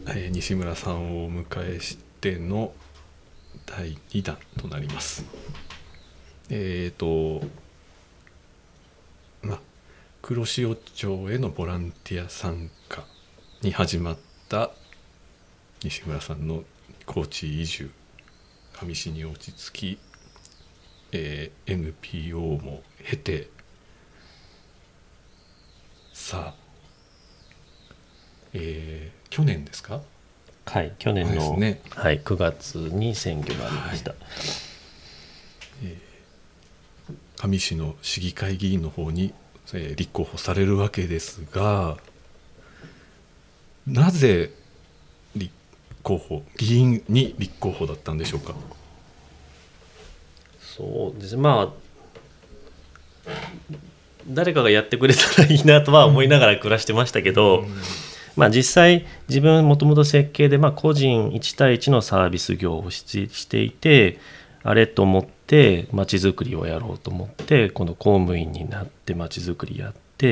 西村さんをお迎えしての第2弾となります。黒潮町へのボランティア参加に始まった西村さんの高知移住、上市に落ち着き、NPO も経て、さあ、去年ですか？ はい、去年の、 ね、 はい、9月に選挙がありました。 上市の市議会議員の方に、立候補されるわけですが、なぜ議員に立候補だったんでしょうか？ そうですね、誰かがやってくれたらいいなとは思いながら暮らしてましたけど、実際自分もともと設計で個人1対1のサービス業をしていて、あれと思ってまちづくりをやろうと思ってこの公務員になってまちづくりやって、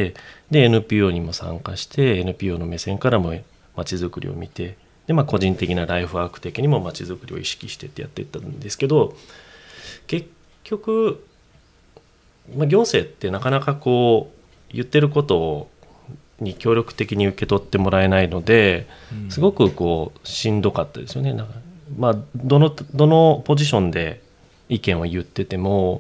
で NPO にも参加して NPO の目線からもまちづくりを見て、で個人的なライフワーク的にもまちづくりを意識してってやっていったんですけど、結局行政ってなかなか言ってることに協力的に受け取ってもらえないので、すごくしんどかったですよね。どのポジションで意見を言ってても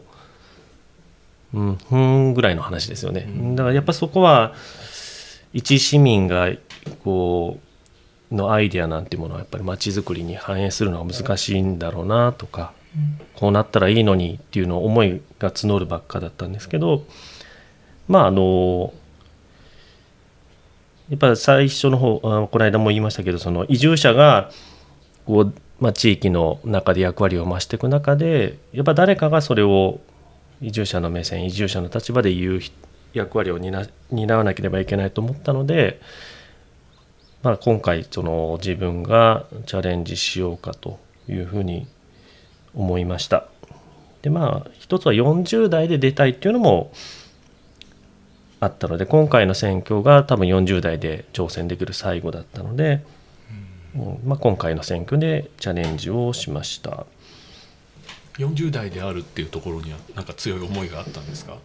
ぐらいの話ですよね。だからやっぱそこは一市民がのアイデアなんていうものはやっぱり街づくりに反映するのは難しいんだろうなとか、こうなったらいいのにっていうの思いが募るばっかだったんですけど、やっぱり最初の方この間も言いましたけど、その移住者が地域の中で役割を増していく中で、やっぱ誰かがそれを移住者の目線、移住者の立場で言う役割を担わなければいけないと思ったので、今回自分がチャレンジしようかというふうに思いました。で一つは40代で出たいっていうのもあったので、今回の選挙が多分40代で挑戦できる最後だったので、今回の選挙でチャレンジをしました。 40代であるっていうところにはなんか強い思いがあったんですか？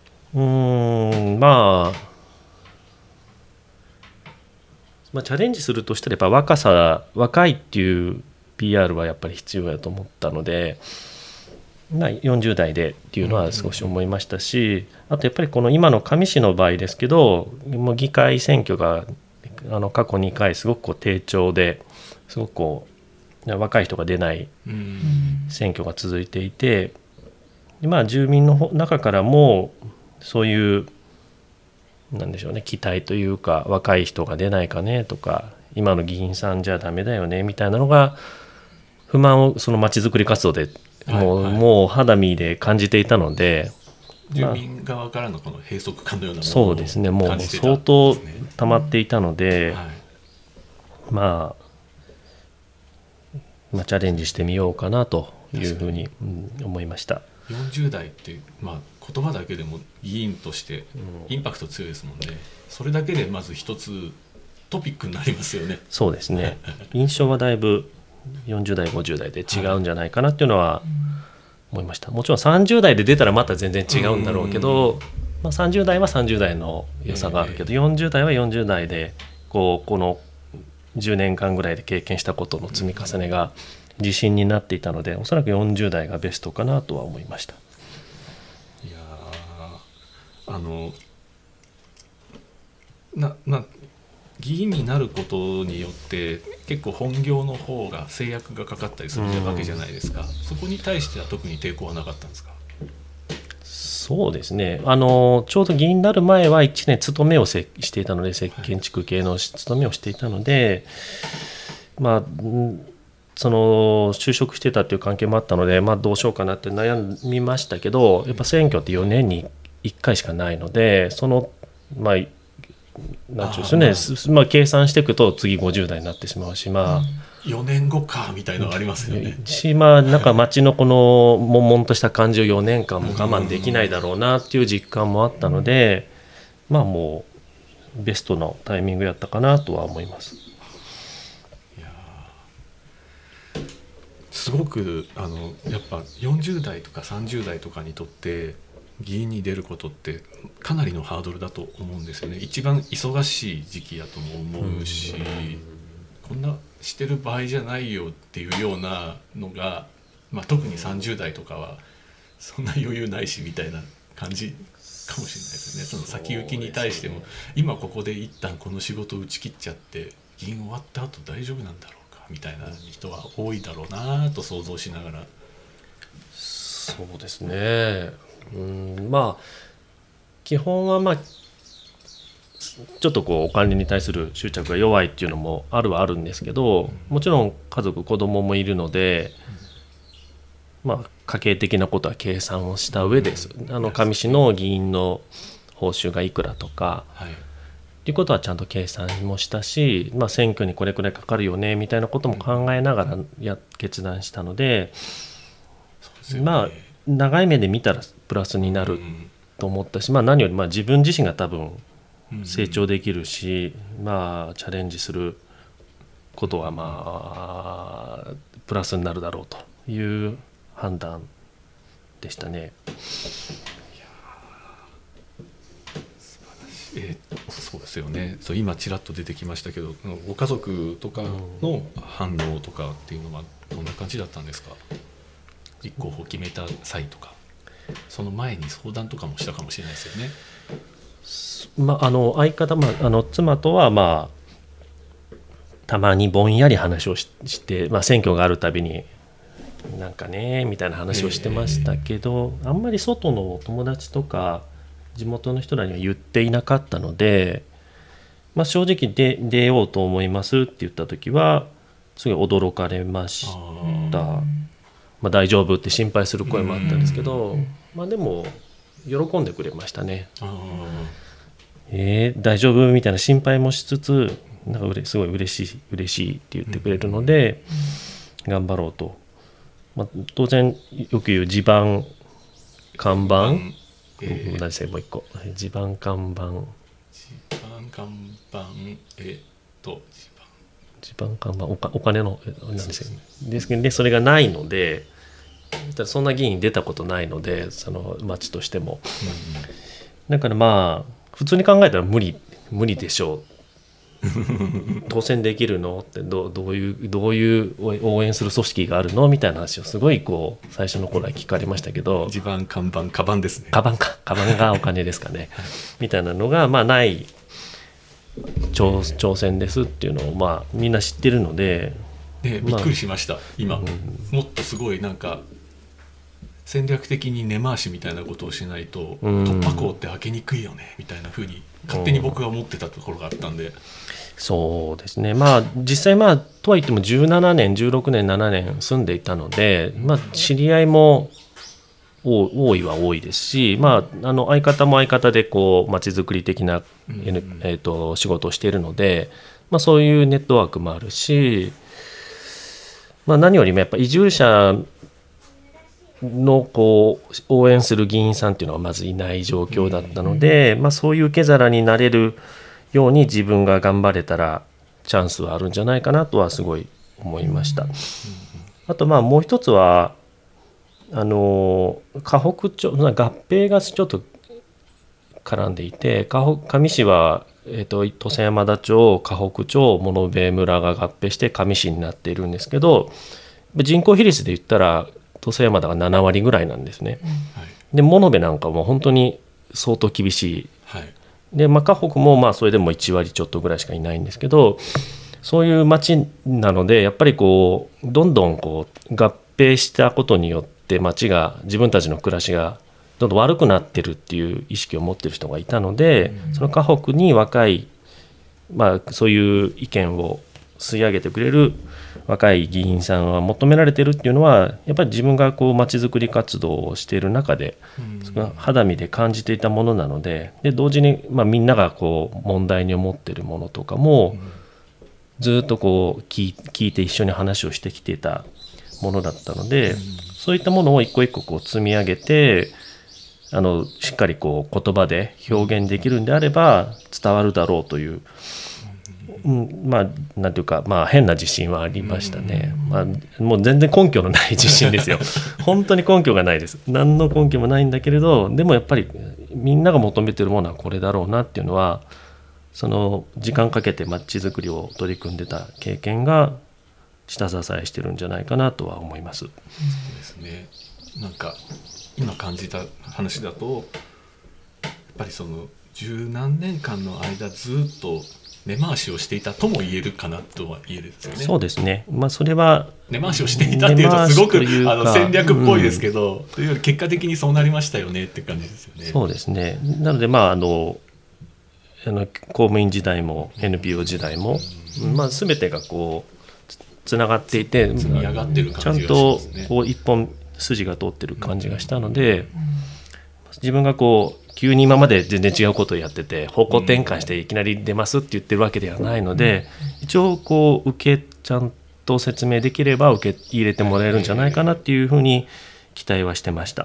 チャレンジするとしたらやっぱ若いっていう PR はやっぱり必要だと思ったので、40代でっていうのは少し思いましたし、あとやっぱりこの今の上市の場合ですけど、もう議会選挙が過去2回すごく低調で、すごく若い人が出ない選挙が続いていて、住民の中からもそういうなんでしょうね、期待というか、若い人が出ないかねとか、今の議員さんじゃダメだよねみたいなのが不満をその街づくり活動でもう肌身で感じていたので、 住民側からのこの閉塞感のようなものをそうですね、もう相当溜まっていたので、チャレンジしてみようかなというふうに思いました。 40代って、言葉だけでも議員としてインパクト強いですもんね。それだけでまず一つトピックになりますよね。 そうですね印象はだいぶ40代50代で違うんじゃないかなっていうのは思いました。もちろん30代で出たらまた全然違うんだろうけど、30代は30代の良さがあるけど、40代は40代でこの10年間ぐらいで経験したことの積み重ねが自信になっていたので、おそらく40代がベストかなとは思いました。 いや議員になることによって結構本業の方が制約がかかったりするわけじゃないですか。そこに対しては特に抵抗はなかったんですか？ そうですね、ちょうど議員になる前は1年勤めをしていたので、建築系の勤めをしていたので、その就職してたっていう関係もあったので、どうしようかなって悩みましたけど、やっぱ選挙って4年に1回しかないので、そのなんていうんですね、計算していくと次50代になってしまうし、 4年後かみたいなのありますよね。 なんか町のこの悶々とした感じを4年間も我慢できないだろうなっていう実感もあったので、もうベストのタイミングやったかなとは思います。 いやすごくやっぱ40代とか30代とかにとって議員に出ることってかなりのハードルだと思うんですよね。一番忙しい時期だとも思うし、こんなしてる場合じゃないよっていうようなのが、特に30代とかはそんな余裕ないしみたいな感じかもしれないですよね。その先行きに対しても、今ここで一旦この仕事を打ち切っちゃって議員終わった後大丈夫なんだろうかみたいな人は多いだろうなと想像しながら。 そうですね。まあ基本はちょっとこうお金に対する執着が弱いっていうのもあるんですけど、もちろん家族子供もいるので、家計的なことは計算をした上です。上市の議員の報酬がいくらとか、っていうことはちゃんと計算もしたし、選挙にこれくらいかかるよねみたいなことも考えながら決断したので、長い目で見たらプラスになると思ったし、何より自分自身が多分成長できるし、チャレンジすることはプラスになるだろうという判断でしたね。 そうですよね。今ちらっと出てきましたけど、ご家族とかの反応とかっていうのはどんな感じだったんですか？立候補を決めた際とか、その前に相談とかもしたかもしれないですよね。 相方、妻とはたまにぼんやり話をして、選挙があるたびになんかねみたいな話をしてましたけど、あんまり外の友達とか地元の人らには言っていなかったので、正直出ようと思いますって言った時はすごい驚かれました。大丈夫って心配する声もあったんですけど、でも喜んでくれましたね。大丈夫みたいな心配もしつつ、なんかすごい嬉しいって言ってくれるので、頑張ろうと。当然よく言う地盤看板、何せもう一個地盤看板地盤看板お金のなんですけどね、それがないので、そんな議員出たことないので、その町としても、だから普通に考えたら無理でしょう当選できるのってどういう応援する組織があるのみたいな話をすごい最初の頃は聞かれましたけど、 地盤看板カバンですね。 カバンがお金ですかねみたいなのがない挑戦ですっていうのをみんな知ってるので、 びっくりしました今、もっとすごいなんか戦略的に根回しみたいなことをしないと突破口って開けにくいよねみたいな風に勝手に僕は思ってたところがあったんで。 そうですね。実際とは言っても17年16年7年住んでいたので、知り合いも多いは多いですし、相方も相方でまちづくり的な、仕事をしているので、そういうネットワークもあるし、何よりもやっぱ移住者の応援する議員さんっていうのはまずいない状況だったので、そういう受け皿になれるように自分が頑張れたらチャンスはあるんじゃないかなとはすごい思いました。あともう一つは河北町合併がちょっと絡んでいて、上市は、土佐山田町河北町物部村が合併して上市になっているんですけど、人口比率で言ったら土佐山田が7割ぐらいなんですね。で物部なんかも本当に相当厳しい、で河北もそれでも1割ちょっとぐらいしかいないんですけど、そういう町なのでやっぱりどんどん合併したことによって町が自分たちの暮らしがどんどん悪くなってるっていう意識を持ってる人がいたので、その河北に若い、そういう意見を吸い上げてくれる若い議員さんは求められてるっていうのは、やっぱり自分が町づくり活動をしている中で肌身で感じていたものなので、同時にみんなが問題に思っているものとかもずっと聞いて一緒に話をしてきていたものだったので、そういったものを一個一個積み上げてしっかり言葉で表現できるんであれば伝わるだろうというまあなんていうか、まあ、変な自信はありましたね、まあ、もう全然根拠のない自信ですよ本当に根拠がないです。何の根拠もないんだけれど、でもやっぱりみんなが求めてるものはこれだろうなっていうのは、その時間かけてマッチ作りを取り組んでた経験が下支えしてるんじゃないかなとは思います。 そうですね。なんか今感じた話だと、やっぱりその十何年間の間ずっと根回しをしていたとも言えるかなとは言えるんですよね。 そうですね、まあ、それは根回しをしていたっていうとすごく戦略っぽいですけど、というより結果的にそうなりましたよねって感じですよね。 そうですね。なのでまあ公務員時代も NPO 時代も、まあ、全てがこうつながっていて、 積み上がってる感じがしちゃんますね。 とこう一本筋が通ってる感じがしたので、自分がこう急に今まで全然違うことをやってて方向転換していきなり出ますって言ってるわけではないので、一応こうちゃんと説明できれば受け入れてもらえるんじゃないかなっていうふうに期待はしてました。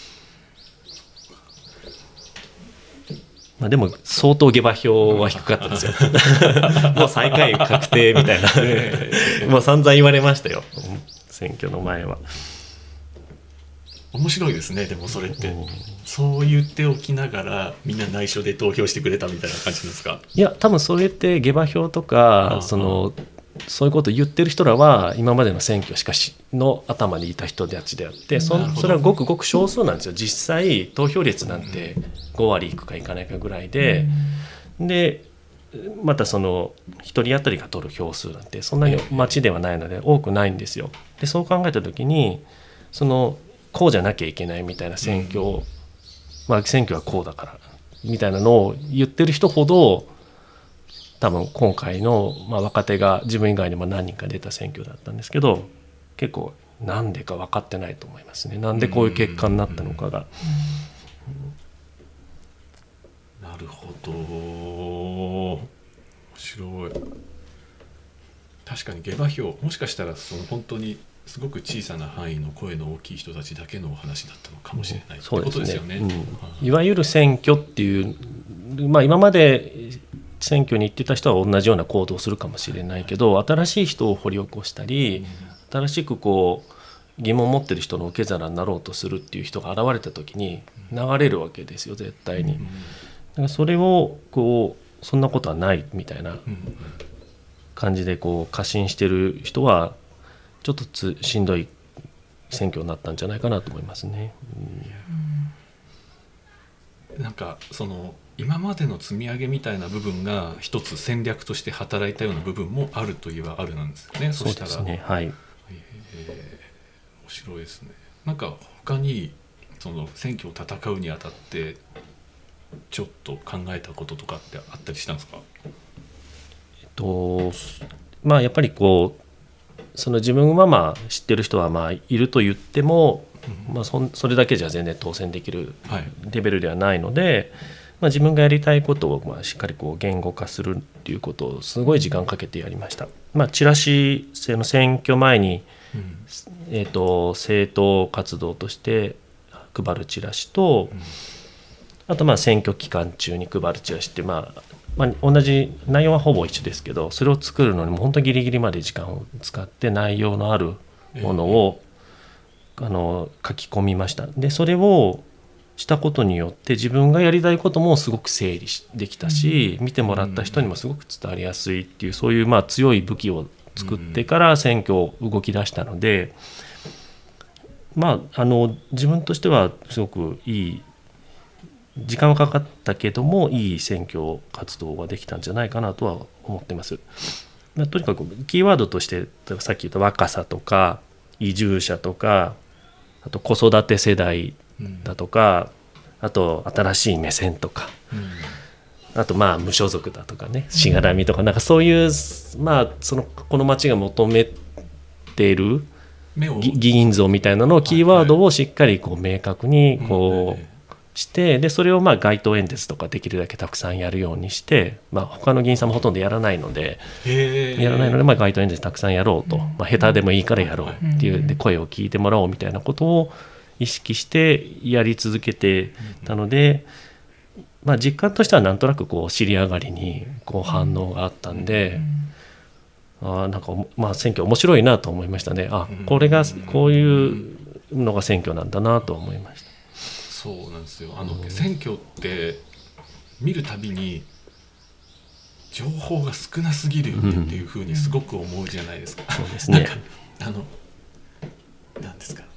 まあ、でも相当下馬評は低かったですよもう最下位確定みたいなもう散々言われましたよ、選挙の前は。 面白いですね。でもそれってそう言っておきながらみんな内緒で投票してくれたみたいな感じなんですか？ いや多分それって下馬評とかそういうことを言ってる人らは今までの選挙の頭にいた人たちであって、それはごくごく少数なんですよ。実際投票率なんて5割いくかいかないかぐらいで、でまたその1人当たりが取る票数なんてそんなに町ではないので多くないんですよ。でそう考えた時にこうじゃなきゃいけないみたいな選挙はこうだからみたいなのを言ってる人ほど多分今回の、若手が自分以外にも何人か出た選挙だったんですけど、結構なんでか分かってないと思いますね。なんでこういう結果になったのかが。 なるほど、面白い。確かに下馬評、もしかしたら本当にすごく小さな範囲の声の大きい人たちだけのお話だったのかもしれない、ってことですよね。 いわゆる選挙っていう、今まで選挙に行ってた人は同じような行動をするかもしれないけど、新しい人を掘り起こしたり、新しくこう疑問を持ってる人の受け皿になろうとするっていう人が現れた時に流れるわけですよ、絶対に。だからそれをそんなことはないみたいな感じで過信してる人はちょっとしんどい選挙になったんじゃないかなと思いますね。 なんか今までの積み上げみたいな部分が一つ戦略として働いたような部分もあるといえばあるなんですよね。 そうですね、はい。 面白いですね。なんか他に選挙を戦うにあたってちょっと考えたこととかってあったりしたんですか？ やっぱり自分は知ってる人はいると言っても、それだけじゃ全然当選できるレベルではないので、自分がやりたいことをしっかり言語化するっていうことをすごい時間かけてやりました。チラシの選挙前に、政党活動として配るチラシと、あと選挙期間中に配るチラシって同じ内容はほぼ一緒ですけど、それを作るのにも本当にギリギリまで時間を使って内容のあるものを、書き込みました。でそれをしたことによって自分がやりたいこともすごく整理できたし、見てもらった人にもすごく伝わりやすいっていう、そういう強い武器を作ってから選挙を動き出したので、自分としてはすごくいい時間はかかったけどもいい選挙活動ができたんじゃないかなとは思ってます。とにかくキーワードとしてさっき言った若さとか移住者とか、あと子育て世代だとか、あと新しい目線とか、あと無所属だとかね、しがらみとか、なんかそういうこの町が求めている議員像みたいなのをキーワードをしっかり明確にして、でそれを街頭演説とかできるだけたくさんやるようにして、他の議員さんもほとんどやらないので街頭演説たくさんやろうと、下手でもいいからやろうっていうで声を聞いてもらおうみたいなことを意識してやり続けてたので、 まあ、実感としてはなんとなくこう尻上がりにこう反応があったんで、なんかまあ選挙面白いなと思いましたね。これがこういうのが選挙なんだなと思いました。 そうなんですよ。選挙って見るたびに情報が少なすぎるよねっていうふうにすごく思うじゃないですか。 そうですね。 なんですか。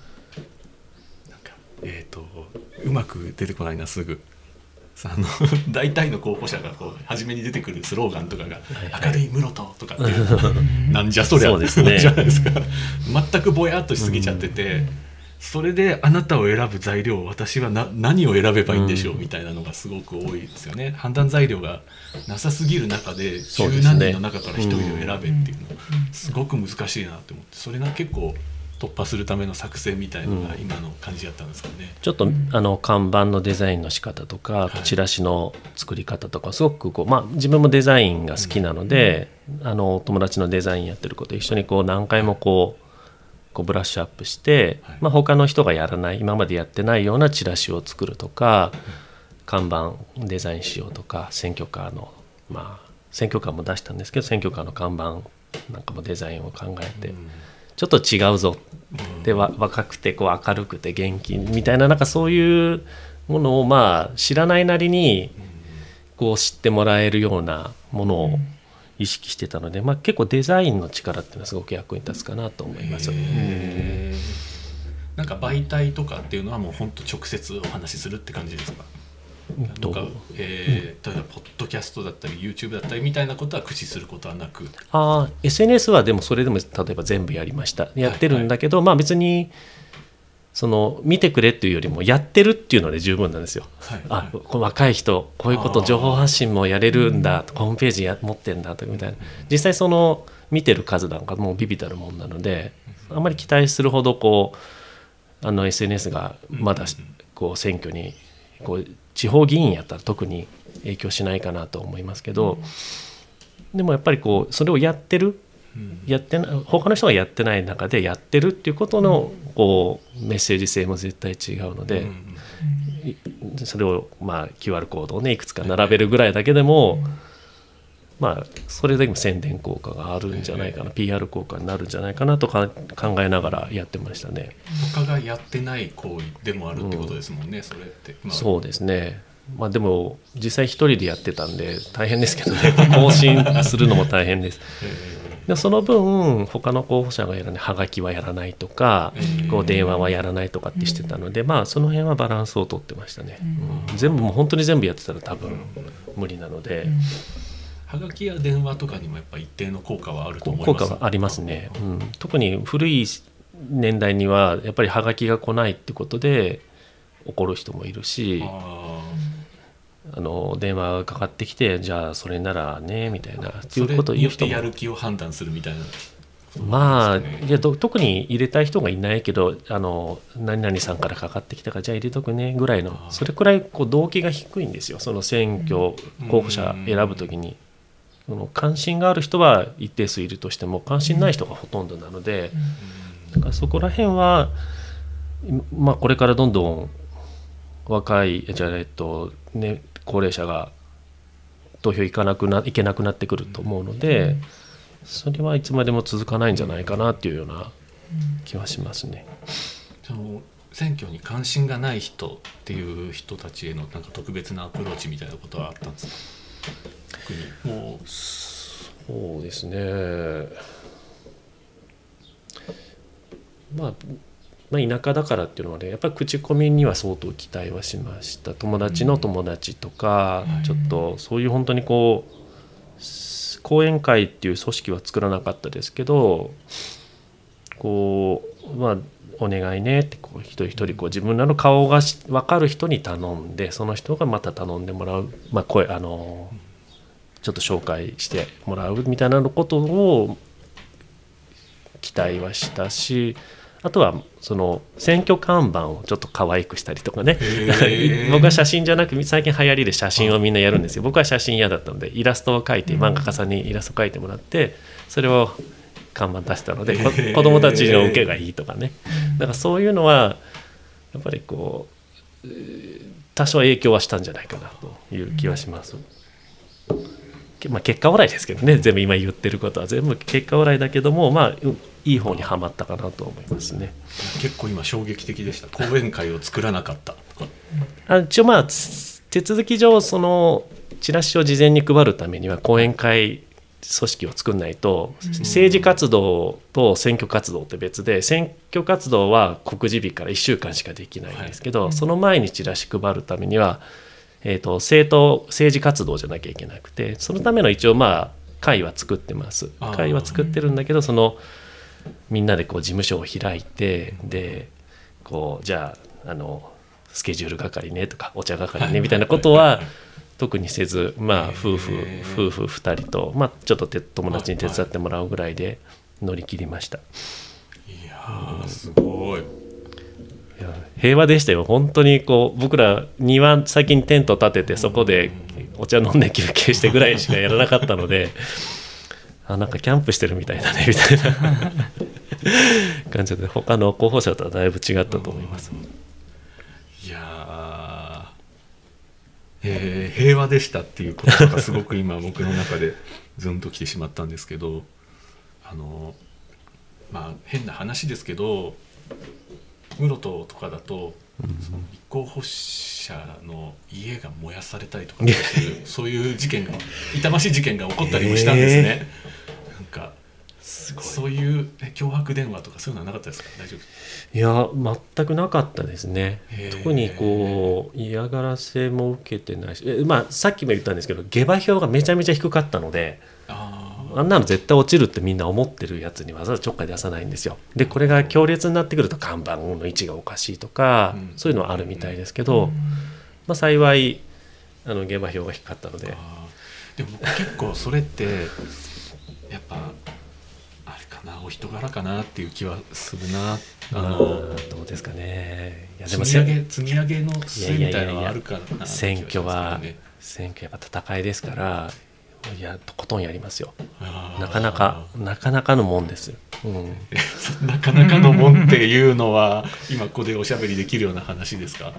うまく出てこないなすぐ。大体の候補者がこう初めに出てくるスローガンとかが明るい室戸とかっていうなんじゃそりゃそうですねじゃないですか。全くぼやっとしすぎちゃってて、それであなたを選ぶ材料、私は何を選べばいいんでしょうみたいなのがすごく多いですよね。判断材料がなさすぎる中で十何人の中から一人を選べっていうのすごく難しいなって思って、それが結構突破するための作戦みたいのが今の感じだったんですかね。 ちょっと看板のデザインの仕方とか、チラシの作り方とかすごくこう、自分もデザインが好きなので、友達のデザインやってること一緒にこう何回もこうブラッシュアップして、他の人がやらない今までやってないようなチラシを作るとか、看板デザインしようとか、選挙カーの選挙カーも出したんですけど、選挙カーの看板なんかもデザインを考えて、ちょっと違うぞで、若くてこう明るくて元気みたいな、なんかそういうものを知らないなりにこう知ってもらえるようなものを意識してたので、結構デザインの力っていうのはすごく役に立つかなと思います。 なんか媒体とかっていうのはもう本当直接お話しするって感じですか？なんか例えばポッドキャストだったり YouTube だったりみたいなことは駆使することはなく、 SNS はでもそれでも例えば全部やりました、やってるんだけど、別にその見てくれっていうよりもやってるっていうので十分なんですよ。この若い人こういうこと情報発信もやれるんだ、ホームページ持ってんだとかみたいな、実際その見てる数なんかもうビビたるもんなので、あんまり期待するほどこうSNS がまだこう選挙にこう地方議員やったら特に影響しないかなと思いますけど、でもやっぱりこうそれをやってる、他の人がやってない中でやってるっていうことのこうメッセージ性も絶対違うので、それをQR コードをねいくつか並べるぐらいだけでもそれだけも宣伝効果があるんじゃないかな、PR 効果になるんじゃないかなと考えながらやってましたね。 他がやってない行為でもあるってことですもんね、それって。 そうですね。でも実際一人でやってたんで大変ですけどね、更新するのも大変です。でその分他の候補者がやらない、はがきはやらないとか、こう電話はやらないとかってしてたので、その辺はバランスをとってましたね。全部もう本当に全部やってたら多分無理なので。 はがきや電話とかにもやっぱ一定の効果はあると思います。 効果はありますね。特に古い年代にはやっぱりはがきが来ないってことで怒る人もいるし、電話がかかってきてじゃあそれならねみたいなっていうことを言う人も、 それによってやる気を判断するみたいな。 いや特に入れたい人がいないけど何々さんからかかってきたからじゃあ入れとくねぐらいの、それくらいこう動機が低いんですよ。その選挙候補者選ぶときに関心がある人は一定数いるとしても関心ない人がほとんどなので、だからそこら辺はこれからどんどん若い高齢者が投票行けなくなってくると思うので、それはいつまでも続かないんじゃないかなっていうような気はしますね。 その選挙に関心がない人っていう人たちへのなんか特別なアプローチみたいなことはあったんですか？もうそうですね、田舎だからっていうのはね、やっぱり口コミには相当期待はしました。友達の友達とか、ちょっとそういう本当にこう講演会っていう組織は作らなかったですけど、こうお願いねってこう一人一人こう自分らの顔が分かる人に頼んで、その人がまた頼んでもらう、ちょっと紹介してもらうみたいなことを期待はしたし、あとはその選挙看板をちょっと可愛くしたりとかね僕は写真じゃなく最近流行りで写真をみんなやるんですよ。僕は写真嫌だったのでイラストを描いて、漫画家さんにイラスト描いてもらってそれを看板出したので、子どもたちの受けがいいとかね、だからそういうのはやっぱりこう多少影響はしたんじゃないかなという気はします。結果オーライですけどね、全部今言ってることは全部結果オーライだけども、いい方にはまったかなと思いますね。 結構今衝撃的でした。講演会を作らなかったとか。一応手続き上そのチラシを事前に配るためには講演会組織を作らないと、政治活動と選挙活動って別で、選挙活動は告示日から1週間しかできないんですけど、その前にチラシ配るためには政治活動じゃなきゃいけなくて、そのための一応会は作ってます。会は作ってるんだけど、そのみんなでこう事務所を開いて、でこうじゃあスケジュール係ねとかお茶係ねみたいなことは特にせず、夫婦2人と、ちょっと友達に手伝ってもらうぐらいで乗り切りました。 いやーすごい。 平和でしたよ本当に。僕ら庭先にテント立てて、そこでお茶飲んで休憩してぐらいしかやらなかったのでなんかキャンプしてるみたいだねみたいな感じで、他の候補者とはだいぶ違ったと思います。 いや平和でしたっていうことがすごく今僕の中でズンときてしまったんですけど、変な話ですけど、室戸とかだと、その立候補者の家が燃やされたりとかそういう事件が、痛ましい事件が起こったりもしたんですね。なんかそういう脅迫電話とかそういうのはなかったですか？大丈夫です？ いや全くなかったですね。特に嫌がらせも受けてないし、さっきも言ったんですけど、下馬評がめちゃめちゃ低かったので、あんなの絶対落ちるってみんな思ってるやつにわざわざちょっかい出さないんですよ。でこれが強烈になってくると看板の位置がおかしいとか、そういうのはあるみたいですけど、幸い下馬評が低かったので。 でも結構それってやっぱあれかな、お人柄かなっていう気はするな。 どうですかね。いやでも積み上げの末みたいなのはあるからな。 選挙やっぱ戦いですから、とことんやりますよ。なかなかのもんです、 なかなかのもんっていうのは今ここでおしゃべりできるような話ですか？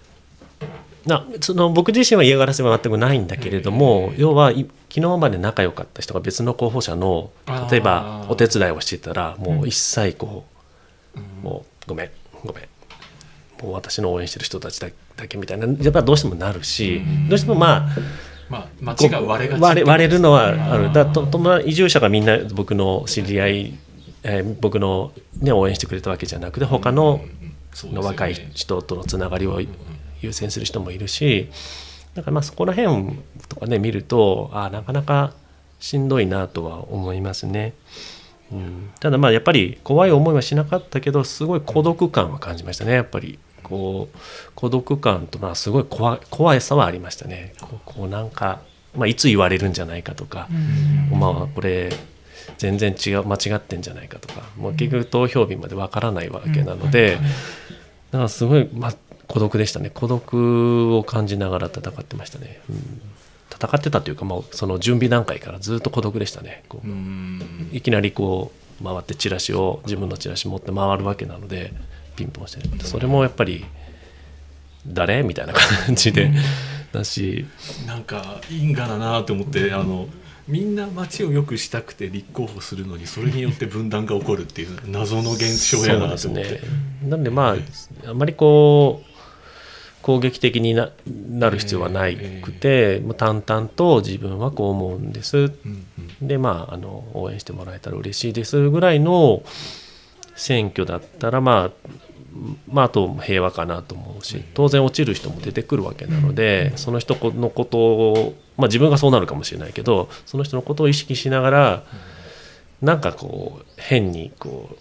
僕自身は嫌がらせは全くないんだけれども、要は昨日まで仲良かった人が別の候補者の例えばお手伝いをしていたら、もう一切もうごめんもう私の応援してる人たちだけみたいな、やっぱりどうしてもなるし、どうしても街が割れるのはある。移住者がみんな僕の知り合い、僕の、応援してくれたわけじゃなくて、他の若い人とのつながりを優先する人もいるし、だからそこら辺とかね見ると、なかなかしんどいなとは思いますね。ただやっぱり怖い思いはしなかったけど、すごい孤独感は感じましたね。やっぱり孤独感とすごい怖さはありましたね。なんか、いつ言われるんじゃないかとか、これ全然間違ってんじゃないかとか、もう結局投票日までわからないわけなので、だからすごい、孤独でしたね。孤独を感じながら戦ってましたね。戦ってたというか、その準備段階からずっと孤独でしたね。いきなり回って自分のチラシ持って回るわけなので、ピンポンしてる。それもやっぱり誰みたいな感じでだし、 なんか因果だなと思って、みんな街を良くしたくて立候補するのに、それによって分断が起こるっていう謎の現象やなと思って。なんであんまり攻撃的に なる必要はなくて、淡々と自分はこう思うんです、で応援してもらえたら嬉しいですぐらいの選挙だったら、あと平和かなと思うし、当然落ちる人も出てくるわけなので、その人のことを、自分がそうなるかもしれないけど、その人のことを意識しながら、なんか変に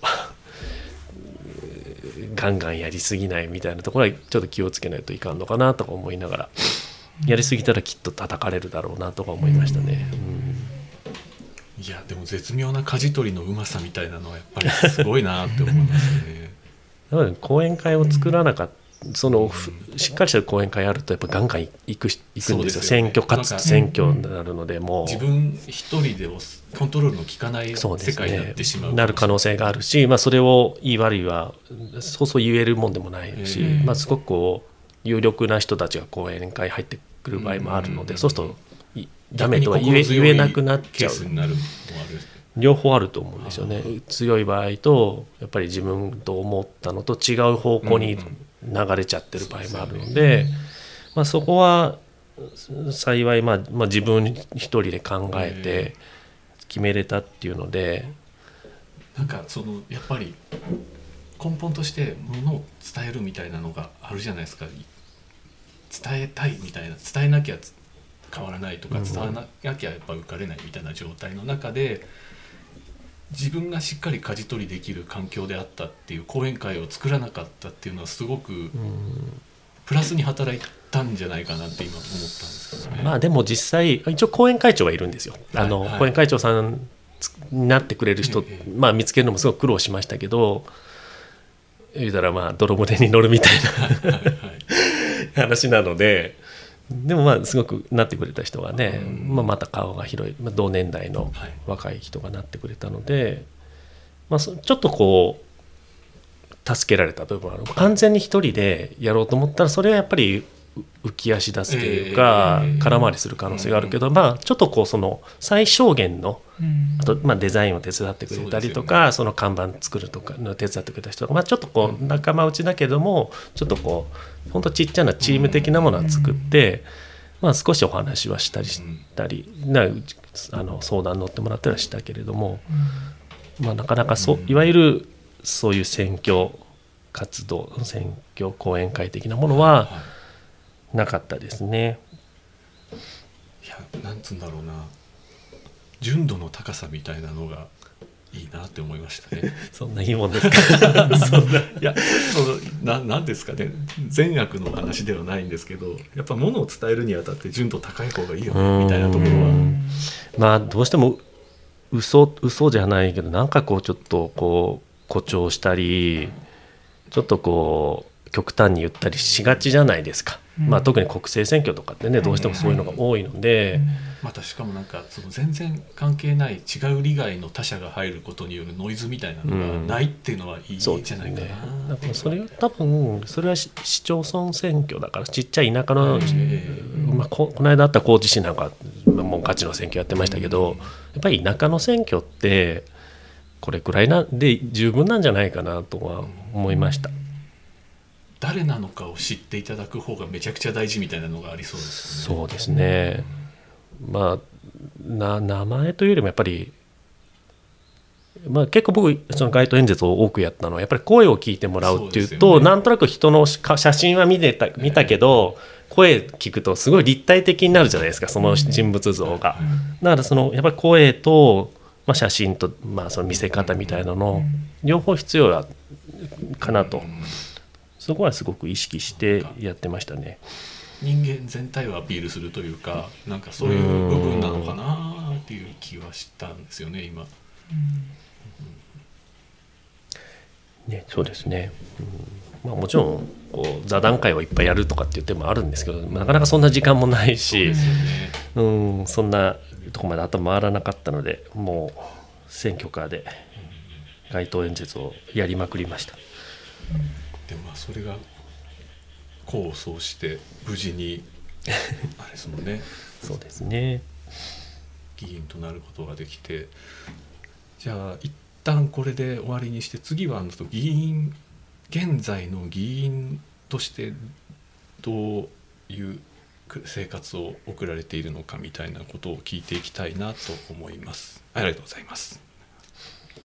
ガンガンやりすぎないみたいなところはちょっと気をつけないといかんのかなとか思いながら、やりすぎたらきっと叩かれるだろうなとか思いましたね。 いやでも絶妙な舵取りのうまさみたいなのはやっぱりすごいなって思いますね。 なので講演会を作らなかった、しっかりした講演会あるとやっぱガンガン行くんですよ。選挙勝つと選挙になるので、もう自分一人でコントロールの効かない世界になってしまう、 なる可能性があるし、それをいい悪いはそうそう言えるもんでもないし、すごく有力な人たちが講演会入ってくる場合もあるので、そうするとダメとは言えなくなっちゃう。両方あると思うんですよね。強い場合とやっぱり自分と思ったのと違う方向に流れちゃってる場合もあるので、そこは幸い自分一人で考えて決めれたっていうので、 なんかやっぱり根本としてものを伝えるみたいなのがあるじゃないですか。伝えたいみたいな、伝えなきゃ変わらないとか、伝わなきゃやっぱ受かれないみたいな状態の中で、自分がしっかり舵取りできる環境であったっていう講演会を作らなかったっていうのはすごくプラスに働いたんじゃないかなって今思ったんですけどね。 でも実際一応講演会長はいるんですよ。講演会長さんになってくれる人、見つけるのもすごく苦労しましたけど、言うたら泥船に乗るみたいな話なので、でもすごくなってくれた人がね、また顔が広い、同年代の若い人がなってくれたので、ちょっと助けられた部分はある。完全に一人でやろうと思ったらそれはやっぱり浮き足立つというか空回りする可能性があるけど、ちょっとその最小限の、あとデザインを手伝ってくれたりとか、その看板作るとかの手伝ってくれた人とか、ちょっと仲間内だけどもちょっと本当ちっちゃなチーム的なものは作って、少しお話はしたり相談乗ってもらったりはしたけれども、なかなかいわゆるそういう選挙活動、選挙講演会的なものはなかったですね。 いや、なんつうんだろうな、純度の高さみたいなのがいいなって思いましたね。 そんないいもんですか。 いや、なんですかね、善悪の話ではないんですけど、やっぱものを伝えるにあたって純度高い方がいいよねみたいなところは、 どうしても嘘じゃないけど、なんかちょっと誇張したり、ちょっと極端に言ったりしがちじゃないですか。特に国政選挙とかってね、どうしてもそういうのが多いので、 またしかもなんか全然関係ない違う利害の他者が入ることによるノイズみたいなのがないっていうのはいいんじゃないかな。 だからそれ多分それは市町村選挙だから、ちっちゃい田舎の、この間あった高知市なんかもうガチの選挙やってましたけど、やっぱり田舎の選挙ってこれくらいで十分なんじゃないかなとは思いました。 誰なのかを知っていただく方がめちゃくちゃ大事みたいなのがありそうですね。 そうですね。名前というよりもやっぱり、結構僕その街頭演説を多くやったのはやっぱり声を聞いてもらうっていうと、なんとなく人の写真は見たけど、声聞くとすごい立体的になるじゃないですか、その人物像が。だからやっぱり声と、写真と、その見せ方みたいなの両方必要かなと、そこはすごく意識してやってましたね。 人間全体をアピールするというか、なんかそういう部分なのかなっていう気はしたんですよね今。 そうですね。もちろん座談会をいっぱいやるとかっていう手もあるんですけど、なかなかそんな時間もないし、そんなとこまで頭回らなかったので、もう選挙カーで街頭演説をやりまくりました。 でもそれが功を奏して無事にあれですもんね。 そうですね。 議員となることができて、じゃあ一旦これで終わりにして、次は現在の議員としてどういう生活を送られているのかみたいなことを聞いていきたいなと思います。ありがとうございます。